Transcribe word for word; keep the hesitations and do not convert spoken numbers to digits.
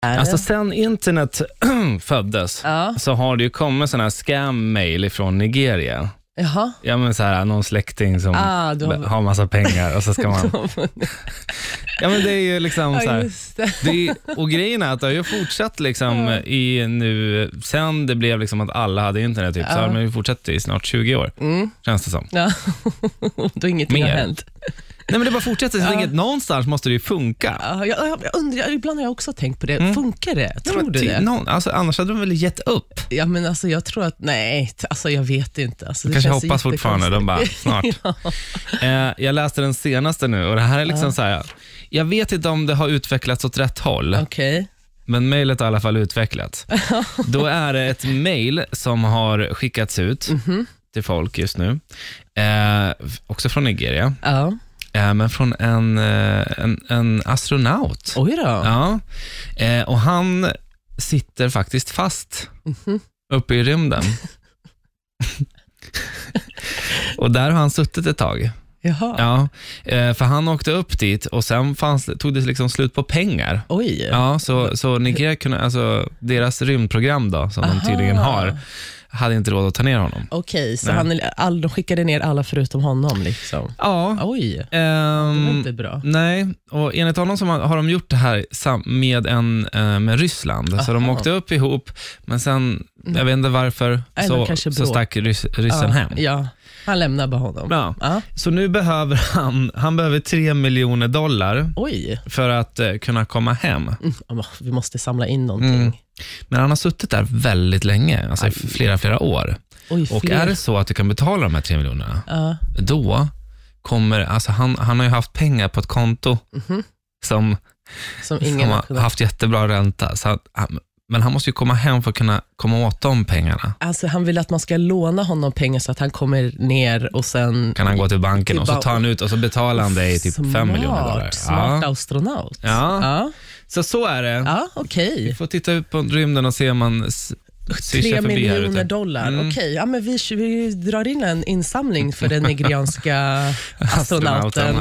Alltså sen internet föddes ja. så har det ju kommit såna här scam-mail från Nigeria. Jaha. Ja, men så här, någon släkting som ah, har... har massa pengar och så ska man... ja, men det är ju liksom så här... det. Det är... Och grejen är att det har ju fortsatt liksom ja. i nu... Sen det blev liksom att alla hade internet typ, ja. så har man ju fortsatt i snart tjugo år. Mm. Känns det som. Ja, då ingenting Mer. har hänt. Nej, men det bara fortsätter. Så ja. någonstans måste det ju funka. Ja, jag, jag undrar, ibland har jag också tänkt på det. Mm. Funkar det? Tror ja, du det? Någon, alltså, annars hade de väl gett upp. Ja, men alltså jag tror att, nej, alltså jag vet inte. Alltså, det kanske känns hoppas fortfarande, de bara, snart. ja. eh, jag läste den senaste nu och det här är liksom ja. så här, jag vet inte om det har utvecklats åt rätt håll. Okej. Okay. Men mejlet har i alla fall utvecklats. Då är det ett mejl som har skickats ut mm-hmm. till folk just nu. Eh, också från Nigeria. Ja. Eh, men från en, en, en astronaut. Oj då. Ja. Eh, och han sitter faktiskt fast mm-hmm. uppe i rymden. Och där har han suttit ett tag. Jaha. Ja, eh, för han åkte upp dit och sen fanns, tog det liksom slut på pengar. Oj. Ja, så, så Nigeria kunde, alltså deras rymdprogram då, som Aha. de tydligen har, hade inte råd att ta ner honom. Okej, så han, all, de skickade ner alla förutom honom liksom? Ja. Oj, um, det var inte bra. Nej, och enligt honom så har de gjort det här med, en, med Ryssland. Aha. Så de åkte upp ihop, men sen, jag vet inte varför, Nej, så, så stack rys, ryssen ja, hem. Ja, han lämnar bara honom. Ja. Ja. Så nu behöver han, han behöver tre miljoner dollar Oj. för att uh, kunna komma hem. Mm, vi måste samla in någonting. Mm. Men han har suttit där väldigt länge, alltså i flera, flera år. Oj, och är det så att du kan betala de här tre miljonerna, uh. då kommer, alltså han, han har ju haft pengar på ett konto mm-hmm. som, som ingen som har kunnat... haft jättebra ränta. Så han, men han måste ju komma hem för att kunna komma åt de pengarna. Alltså han vill att man ska låna honom pengar så att han kommer ner och sen... Kan han gå till banken till och så tar han ut och så betalar han dig typ smart, fem miljoner dollar. Smart ja. astronaut. Ja. ja, så så är det. Ja, okej. Okay. Vi får titta ut på rymden och se om man Tre miljoner dollar. Mm. Okej, okay. ja, men vi, vi drar in en insamling för den nigerianska astronauten.